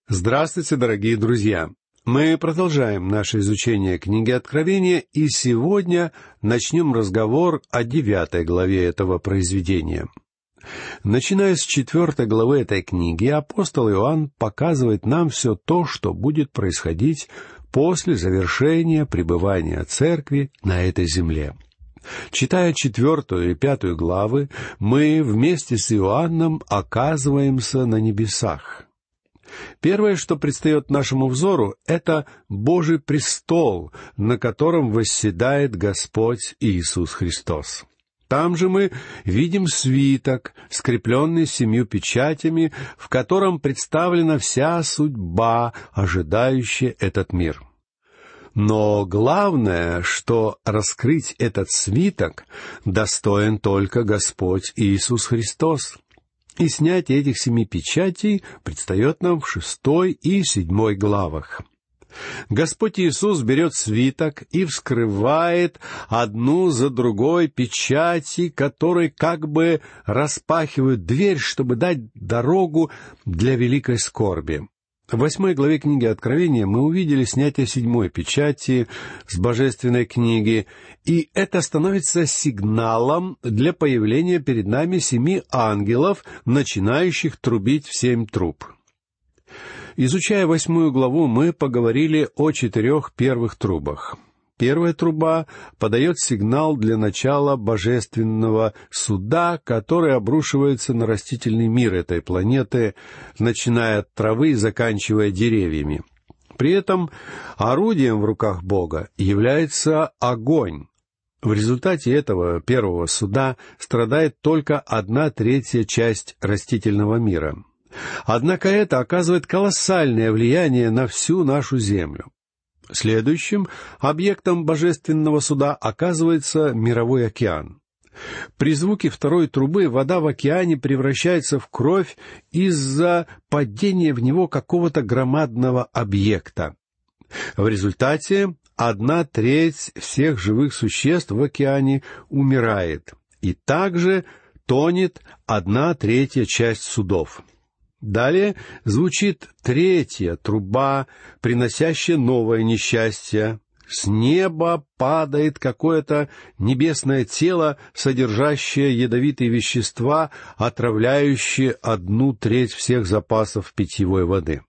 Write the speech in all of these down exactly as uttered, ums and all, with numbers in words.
Здравствуйте, дорогие друзья! Мы продолжаем наше изучение книги Откровения, и сегодня начнем разговор о девятой главе этого произведения. Начиная с четвертой главы этой книги, апостол Иоанн показывает нам все то, что будет происходить после завершения пребывания Церкви на этой земле. Читая четвертую и пятую главы, мы вместе с Иоанном оказываемся на небесах. Первое, что предстает нашему взору, это Божий престол, на котором восседает Господь Иисус Христос. Там же мы видим свиток, скрепленный семью печатями, в котором представлена вся судьба, ожидающая этот мир. Но главное, что раскрыть этот свиток достоин только Господь Иисус Христос. И снятие этих семи печатей предстает нам в шестой и седьмой главах. Господь Иисус берет свиток и вскрывает одну за другой печати, которые как бы распахивают дверь, чтобы дать дорогу для великой скорби. В восьмой главе книги Откровения мы увидели снятие седьмой печати с божественной книги, и это становится сигналом для появления перед нами семи ангелов, начинающих трубить в семь труб. Изучая восьмую главу, мы поговорили о четырех первых трубах. Первая труба подает сигнал для начала божественного суда, который обрушивается на растительный мир этой планеты, начиная от травы и заканчивая деревьями. При этом орудием в руках Бога является огонь. В результате этого первого суда страдает только одна третья часть растительного мира. Однако это оказывает колоссальное влияние на всю нашу землю. Следующим объектом божественного суда оказывается мировой океан. При звуке второй трубы вода в океане превращается в кровь из-за падения в него какого-то громадного объекта. В результате одна треть всех живых существ в океане умирает, и также тонет одна третья часть судов. Далее звучит третья труба, приносящая новое несчастье. С неба падает какое-то небесное тело, содержащее ядовитые вещества, отравляющие одну треть всех запасов питьевой воды.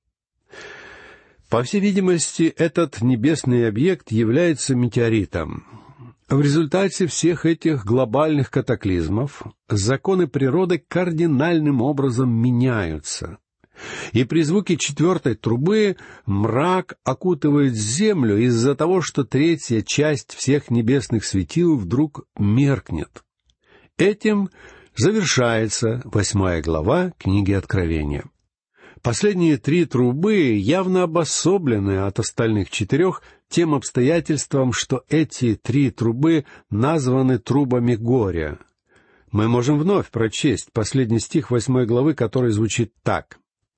По всей видимости, этот небесный объект является метеоритом. В результате всех этих глобальных катаклизмов законы природы кардинальным образом меняются. И при звуке четвертой трубы мрак окутывает землю из-за того, что третья часть всех небесных светил вдруг меркнет. Этим завершается восьмая глава книги Откровения. Последние три трубы явно обособлены от остальных четырех тем обстоятельством, что эти три трубы названы трубами горя. Мы можем вновь прочесть последний стих восьмой главы, который звучит так.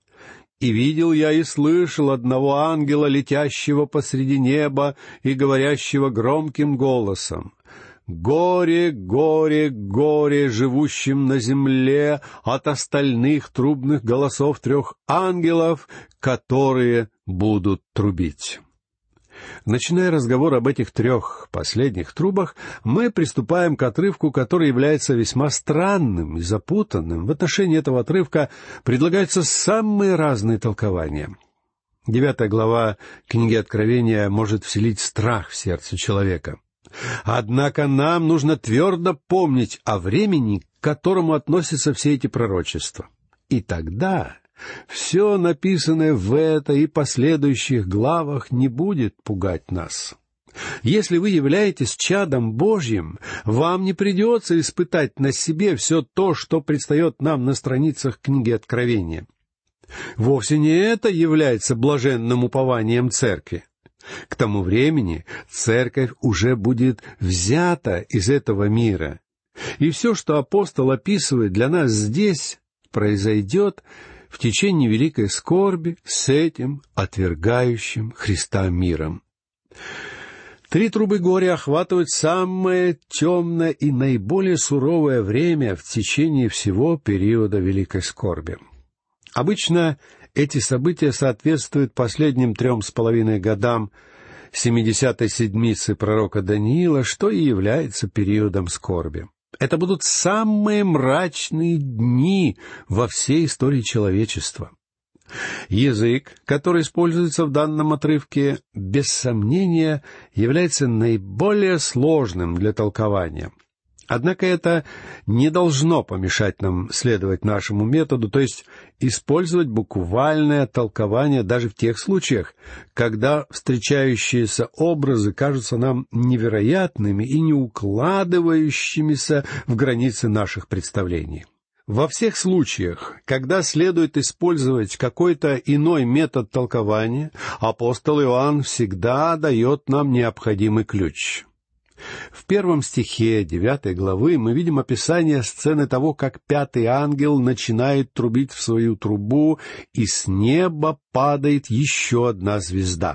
«И видел я и слышал одного ангела, летящего посреди неба и говорящего громким голосом: «Горе, горе, горе живущим на земле от остальных трубных голосов трех ангелов, которые будут трубить». Начиная разговор об этих трех последних трубах, мы приступаем к отрывку, который является весьма странным и запутанным. В отношении этого отрывка предлагаются самые разные толкования. Девятая глава книги Откровения может вселить страх в сердце человека. Однако нам нужно твердо помнить о времени, к которому относятся все эти пророчества. И тогда все написанное в этой и последующих главах не будет пугать нас. Если вы являетесь чадом Божьим, вам не придется испытать на себе все то, что предстает нам на страницах книги Откровения. Вовсе не это является блаженным упованием Церкви. К тому времени Церковь уже будет взята из этого мира. И все, что апостол описывает для нас здесь, произойдет в течение великой скорби с этим отвергающим Христа миром. Три трубы горя охватывают самое темное и наиболее суровое время в течение всего периода великой скорби. Обычно Эти события соответствуют последним трем с половиной годам семидесятой седмицы пророка Даниила, что и является периодом скорби. Это будут самые мрачные дни во всей истории человечества. Язык, который используется в данном отрывке, без сомнения, является наиболее сложным для толкования. Однако это не должно помешать нам следовать нашему методу, то есть использовать буквальное толкование даже в тех случаях, когда встречающиеся образы кажутся нам невероятными и не укладывающимися в границы наших представлений. Во всех случаях, когда следует использовать какой-то иной метод толкования, апостол Иоанн всегда дает нам необходимый ключ. В первом стихе девятой главы мы видим описание сцены того, как пятый ангел начинает трубить в свою трубу, и с неба падает еще одна звезда.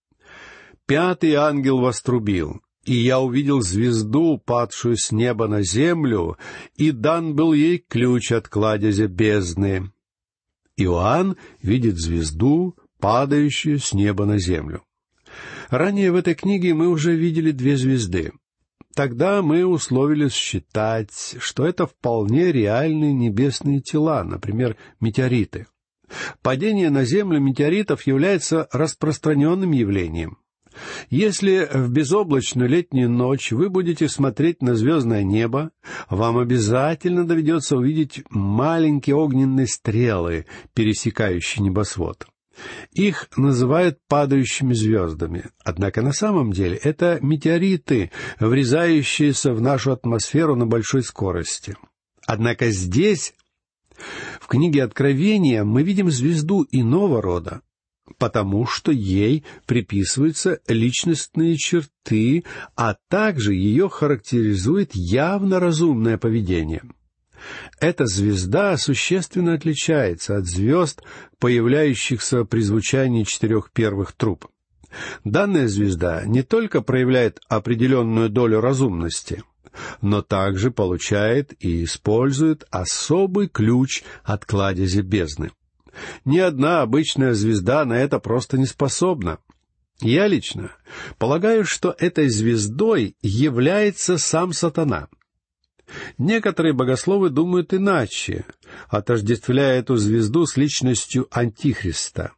Пятый ангел вострубил, и я увидел звезду, падшую с неба на землю, и дан был ей ключ от кладезя бездны. Иоанн видит звезду, падающую с неба на землю. Ранее в этой книге мы уже видели две звезды. Тогда мы условились считать, что это вполне реальные небесные тела, например, метеориты. Падение на Землю метеоритов является распространенным явлением. Если в безоблачную летнюю ночь вы будете смотреть на звездное небо, вам обязательно доведется увидеть маленькие огненные стрелы, пересекающие небосвод. Их называют падающими звездами, однако на самом деле это метеориты, врезающиеся в нашу атмосферу на большой скорости. Однако здесь, в книге Откровения, мы видим звезду иного рода, потому что ей приписываются личностные черты, а также ее характеризует явно разумное поведение. Эта звезда существенно отличается от звезд, появляющихся при звучании четырех первых труб. Данная звезда не только проявляет определенную долю разумности, но также получает и использует особый ключ от кладези бездны. Ни одна обычная звезда на это просто не способна. Я лично полагаю, что этой звездой является сам сатана. Некоторые богословы думают иначе, отождествляя эту звезду с личностью Антихриста.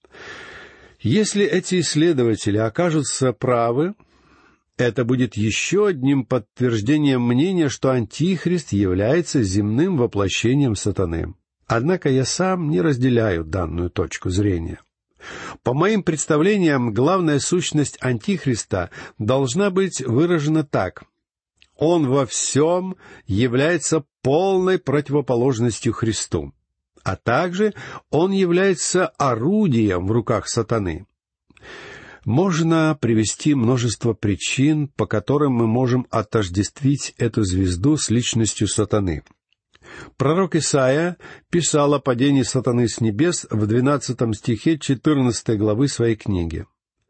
Если эти исследователи окажутся правы, это будет еще одним подтверждением мнения, что Антихрист является земным воплощением сатаны. Однако я сам не разделяю данную точку зрения. По моим представлениям, главная сущность Антихриста должна быть выражена так: Он во всем является полной противоположностью Христу, а также Он является орудием в руках сатаны. Можно привести множество причин, по которым мы можем отождествить эту звезду с личностью сатаны. Пророк Исаия писал о падении сатаны с небес в двенадцатом стихе четырнадцатой главы своей книги.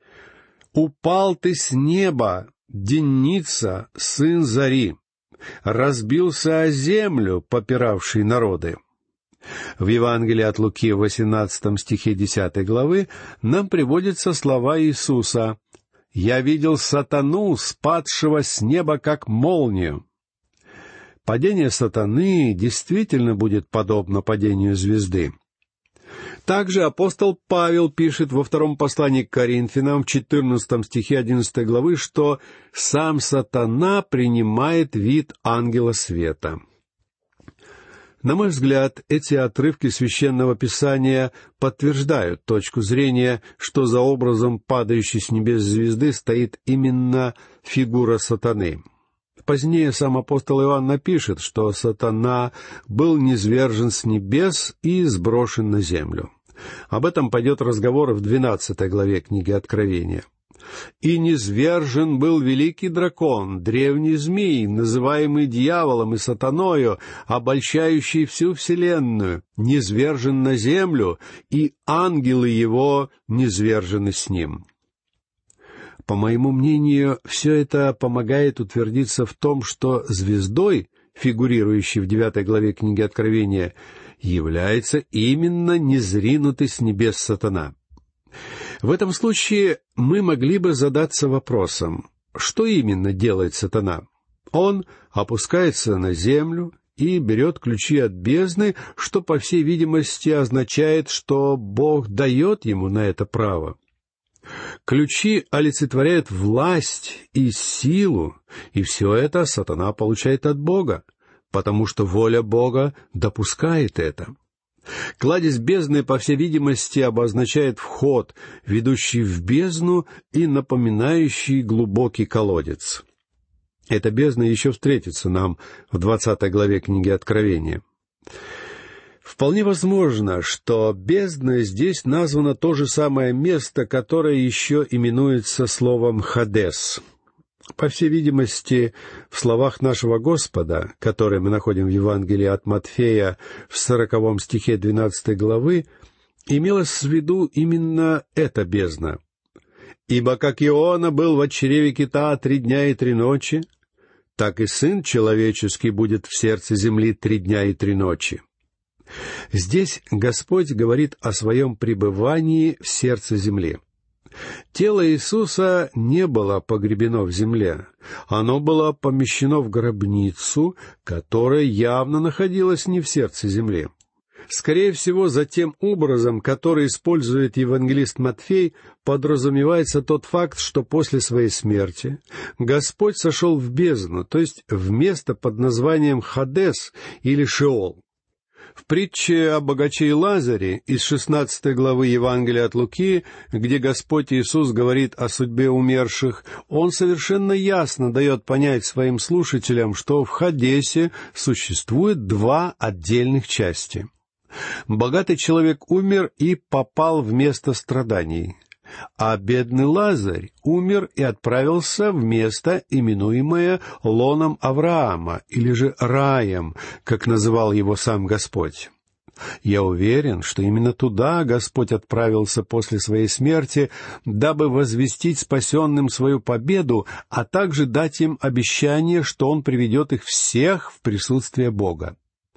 «Упал ты с неба, Деница, сын зари, разбился о землю, попиравший народы». В Евангелии от Луки в восемнадцатом стихе десятой главы нам приводятся слова Иисуса: «Я видел сатану, спадшего с неба, как молнию». Падение сатаны действительно будет подобно падению звезды. Также апостол Павел пишет во втором послании к Коринфянам в четырнадцатом стихе одиннадцатой главы, что «сам сатана принимает вид ангела света». На мой взгляд, эти отрывки Священного Писания подтверждают точку зрения, что за образом падающей с небес звезды стоит именно фигура сатаны. Позднее сам апостол Иоанн напишет, что сатана был низвержен с небес и сброшен на землю. Об этом пойдет разговор в двенадцатой главе книги Откровения. «И низвержен был великий дракон, древний змей, называемый дьяволом и сатаною, обольщающий всю вселенную, низвержен на землю, и ангелы его низвержены с ним». По моему мнению, все это помогает утвердиться в том, что звездой, фигурирующей в девятой главе книги Откровения, является именно незринутый с небес сатана. В этом случае мы могли бы задаться вопросом, что именно делает сатана? Он опускается на землю и берет ключи от бездны, что, по всей видимости, означает, что Бог дает ему на это право. Ключи олицетворяют власть и силу, и все это сатана получает от Бога, потому что воля Бога допускает это. Кладезь бездны, по всей видимости, обозначает вход, ведущий в бездну и напоминающий глубокий колодец. Эта бездна еще встретится нам в двадцатой главе книги Откровения. Вполне возможно, что бездной здесь названо то же самое место, которое еще именуется словом «Хадес». По всей видимости, в словах нашего Господа, которые мы находим в Евангелии от Матфея в сороковом стихе двенадцатой главы, имелось в виду именно эта бездна. «Ибо как Иона был в чреве кита три дня и три ночи, так и Сын Человеческий будет в сердце земли три дня и три ночи». Здесь Господь говорит о своем пребывании в сердце земли. Тело Иисуса не было погребено в земле. Оно было помещено в гробницу, которая явно находилась не в сердце земли. Скорее всего, за тем образом, который использует евангелист Матфей, подразумевается тот факт, что после своей смерти Господь сошел в бездну, то есть в место под названием Хадес или Шеол. В притче о богаче и Лазаре из шестнадцатой главы Евангелия от Луки, где Господь Иисус говорит о судьбе умерших, Он совершенно ясно дает понять своим слушателям, что в Хадесе существует два отдельных части. Богатый человек умер и попал в место страданий, а бедный Лазарь умер и отправился в место, именуемое лоном Авраама, или же раем, как называл его сам Господь. Я уверен, что именно туда Господь отправился после своей смерти, дабы возвестить спасенным свою победу, а также дать им обещание, что Он приведет их всех в присутствие Бога.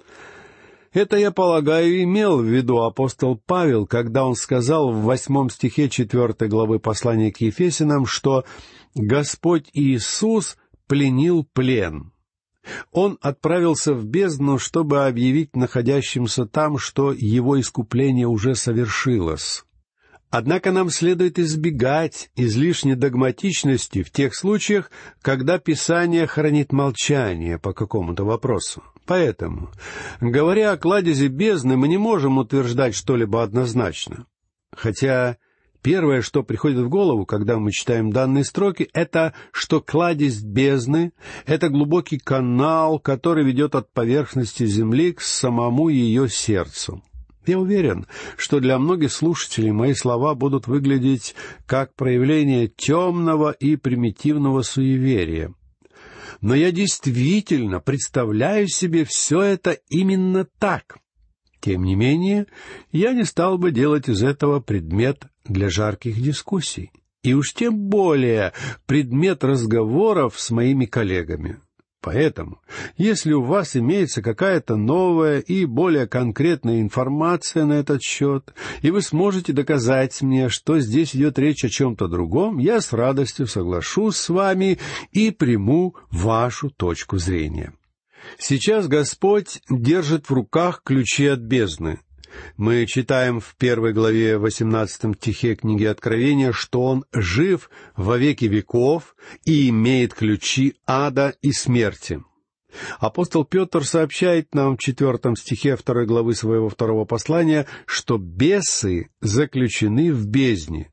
Это, я полагаю, имел в виду апостол Павел, когда он сказал в восьмом стихе четвертой главы послания к Ефесянам, что «Господь Иисус пленил плен». Он отправился в бездну, чтобы объявить находящимся там, что его искупление уже совершилось. Однако нам следует избегать излишней догматичности в тех случаях, когда Писание хранит молчание по какому-то вопросу. Поэтому, говоря о кладези бездны, мы не можем утверждать что-либо однозначно. Хотя первое, что приходит в голову, когда мы читаем данные строки, это, что кладезь бездны — это глубокий канал, который ведет от поверхности земли к самому ее сердцу. Я уверен, что для многих слушателей мои слова будут выглядеть как проявление темного и примитивного суеверия. Но я действительно представляю себе все это именно так. Тем не менее, я не стал бы делать из этого предмет для жарких дискуссий, и уж тем более предмет разговоров с моими коллегами. Поэтому, если у вас имеется какая-то новая и более конкретная информация на этот счет, и вы сможете доказать мне, что здесь идет речь о чем-то другом, я с радостью соглашусь с вами и приму вашу точку зрения. Сейчас Господь держит в руках ключи от бездны. Мы читаем в первой главе восемнадцатом стихе книги Откровения, что Он жив во веки веков и имеет ключи ада и смерти. Апостол Петр сообщает нам в четвертом стихе второй главы своего второго послания, что бесы заключены в бездне.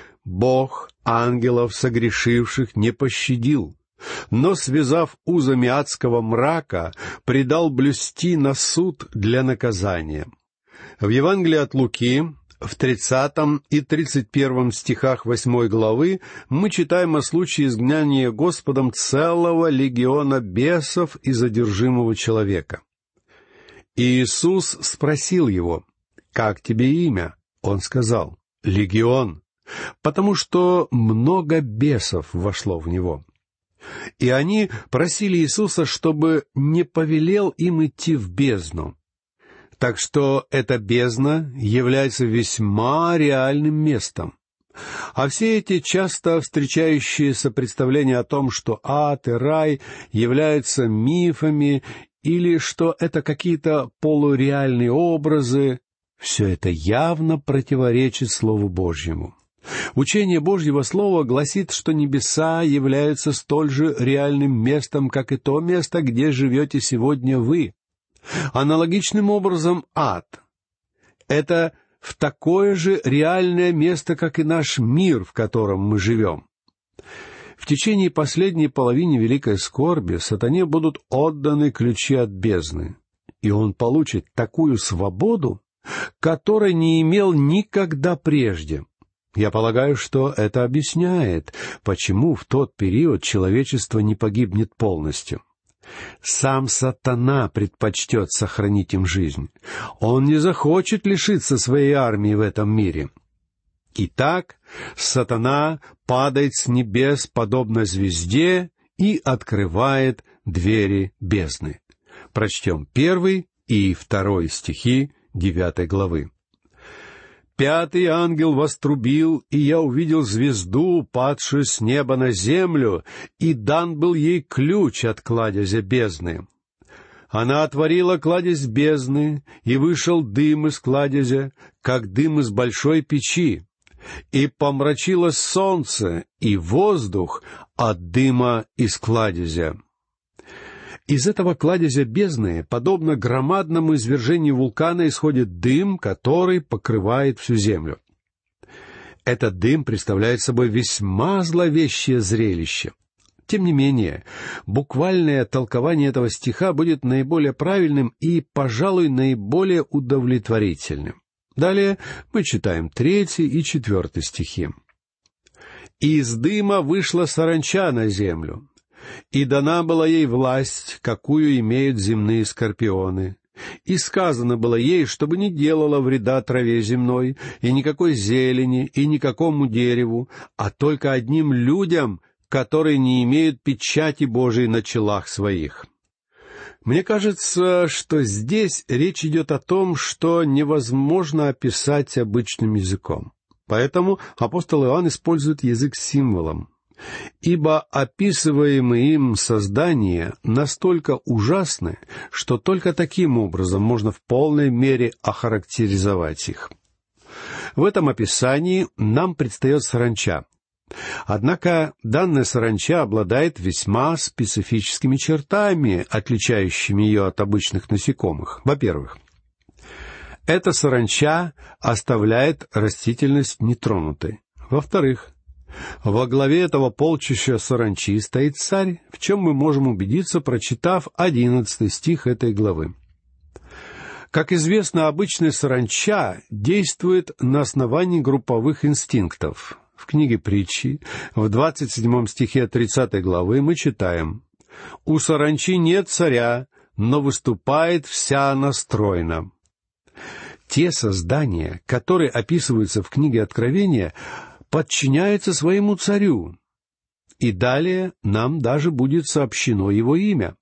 Бог ангелов согрешивших не пощадил, но, связав узами адского мрака, предал блюсти на суд для наказания. В Евангелии от Луки, в тридцатом и тридцать первом стихах восьмой главы, мы читаем о случае изгнания Господом целого легиона бесов из одержимого человека. Иисус спросил его: «Как тебе имя?» Он сказал: «Легион», потому что много бесов вошло в него. И они просили Иисуса, чтобы не повелел им идти в бездну. Так что эта бездна является весьма реальным местом. А все эти часто встречающиеся представления о том, что ад и рай являются мифами или что это какие-то полуреальные образы, все это явно противоречит Слову Божьему. Учение Божьего Слова гласит, что небеса являются столь же реальным местом, как и то место, где живете сегодня вы. Аналогичным образом ад — это в такое же реальное место, как и наш мир, в котором мы живем. В течение последней половины Великой Скорби сатане будут отданы ключи от бездны, и он получит такую свободу, которой не имел никогда прежде. Я полагаю, что это объясняет, почему в тот период человечество не погибнет полностью. Сам сатана предпочтет сохранить им жизнь. Он не захочет лишиться своей армии в этом мире. Итак, сатана падает с небес, подобно звезде, и открывает двери бездны. Прочтем первый и второй стихи девятой главы. «Пятый ангел вострубил, и я увидел звезду, падшую с неба на землю, и дан был ей ключ от кладезя бездны. Она отворила кладезь бездны, и вышел дым из кладезя, как дым из большой печи, и помрачилось солнце и воздух от дыма из кладезя». Из этого кладезя бездны, подобно громадному извержению вулкана, исходит дым, который покрывает всю землю. Этот дым представляет собой весьма зловещее зрелище. Тем не менее, буквальное толкование этого стиха будет наиболее правильным и, пожалуй, наиболее удовлетворительным. Далее мы читаем третий и четвертый стихи. «И из дыма вышла саранча на землю, и дана была ей власть, какую имеют земные скорпионы. И сказано было ей, чтобы не делала вреда траве земной, и никакой зелени, и никакому дереву, а только одним людям, которые не имеют печати Божией на челах своих». Мне кажется, что здесь речь идет о том, что невозможно описать обычным языком. Поэтому апостол Иоанн использует язык символом. Ибо описываемые им создания настолько ужасны, что только таким образом можно в полной мере охарактеризовать их. В этом описании нам предстает саранча. Однако данная саранча обладает весьма специфическими чертами, отличающими ее от обычных насекомых. Во-первых, эта саранча оставляет растительность нетронутой. Во-вторых, во главе этого полчища саранчи стоит царь, в чем мы можем убедиться, прочитав одиннадцатый стих этой главы. Как известно, обычная саранча действует на основании групповых инстинктов. В книге Притчи, в двадцать седьмом стихе тридцатой главы мы читаем: «У саранчи нет царя, но выступает вся она стройно». Те создания, которые описываются в книге Откровения, подчиняется своему царю, и далее нам даже будет сообщено его имя.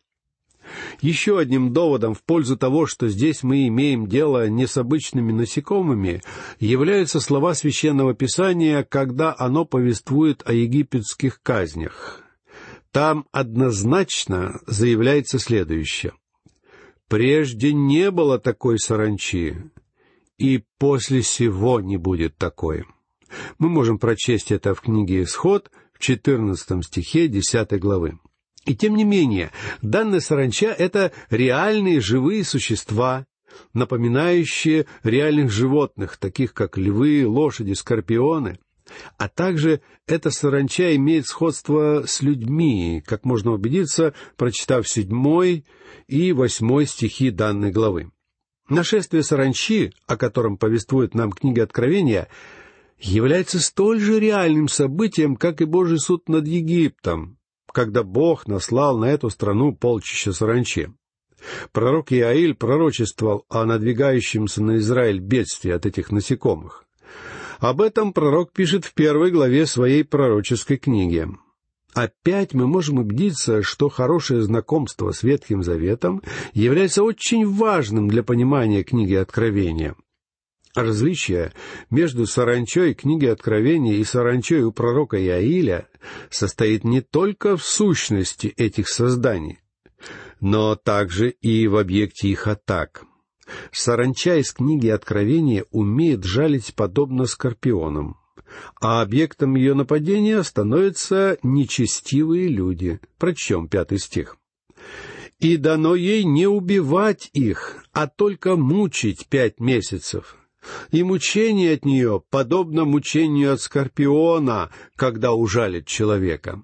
Еще одним доводом в пользу того, что здесь мы имеем дело не с обычными насекомыми, являются слова Священного Писания, когда оно повествует о египетских казнях. Там однозначно заявляется следующее: «Прежде не было такой саранчи, и после сего не будет такой». Мы можем прочесть это в книге «Исход» в четырнадцатом стихе десятой главы. И тем не менее, данная саранча — это реальные живые существа, напоминающие реальных животных, таких как львы, лошади, скорпионы. А также эта саранча имеет сходство с людьми, как можно убедиться, прочитав седьмой и восьмой стихи данной главы. Нашествие саранчи, о котором повествует нам книга Откровения, является столь же реальным событием, как и Божий суд над Египтом, когда Бог наслал на эту страну полчища саранчи. Пророк Иаиль пророчествовал о надвигающемся на Израиль бедствии от этих насекомых. Об этом пророк пишет в первой главе своей пророческой книги. опять мы можем убедиться, что хорошее знакомство с Ветхим Заветом является очень важным для понимания книги Откровения. Различие между саранчой книги Откровения и саранчой у пророка Иаиля состоит не только в сущности этих созданий, но также и в объекте их атак. Саранча из книги Откровения умеет жалить подобно скорпионам, а объектом ее нападения становятся нечестивые люди. Прочтем пятый стих. «И дано ей не убивать их, а только мучить пять месяцев. И мучение от нее подобно мучению от скорпиона, когда ужалит человека».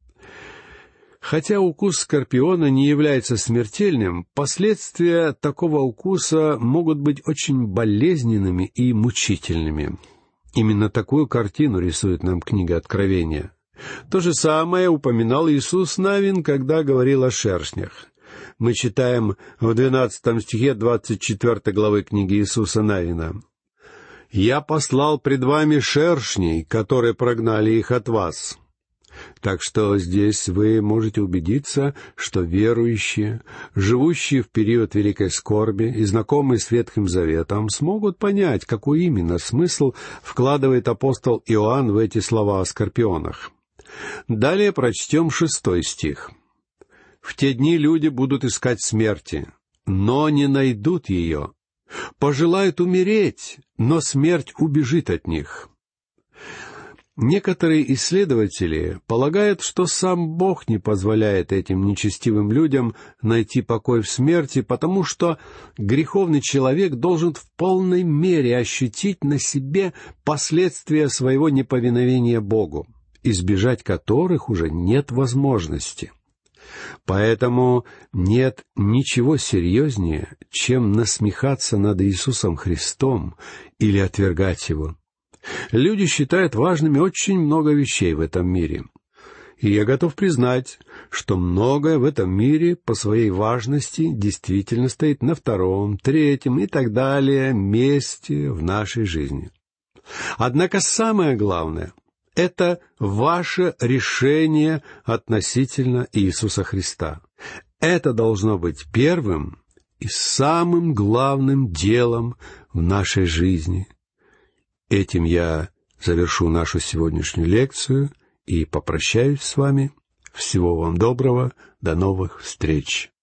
Хотя укус скорпиона не является смертельным, последствия такого укуса могут быть очень болезненными и мучительными. Именно такую картину рисует нам книга Откровения. То же самое упоминал Иисус Навин, когда говорил о шершнях. Мы читаем в двенадцатом стихе двадцать четвёртой главы книги Иисуса Навина: «Я послал пред вами шершней, которые прогнали их от вас». Так что здесь вы можете убедиться, что верующие, живущие в период великой скорби и знакомые с Ветхим Заветом, смогут понять, какой именно смысл вкладывает апостол Иоанн в эти слова о скорпионах. Далее прочтем шестой стих. «В те дни люди будут искать смерти, но не найдут ее. Пожелают умереть, но смерть убежит от них». Некоторые исследователи полагают, что сам Бог не позволяет этим нечестивым людям найти покой в смерти, потому что греховный человек должен в полной мере ощутить на себе последствия своего неповиновения Богу, избежать которых уже нет возможности. Поэтому нет ничего серьезнее, чем насмехаться над Иисусом Христом или отвергать Его. Люди считают важными очень много вещей в этом мире. И я готов признать, что многое в этом мире по своей важности действительно стоит на втором, третьем и так далее месте в нашей жизни. Однако самое главное — это ваше решение относительно Иисуса Христа. Это должно быть первым и самым главным делом в нашей жизни. Этим я завершу нашу сегодняшнюю лекцию и попрощаюсь с вами. Всего вам доброго, до новых встреч.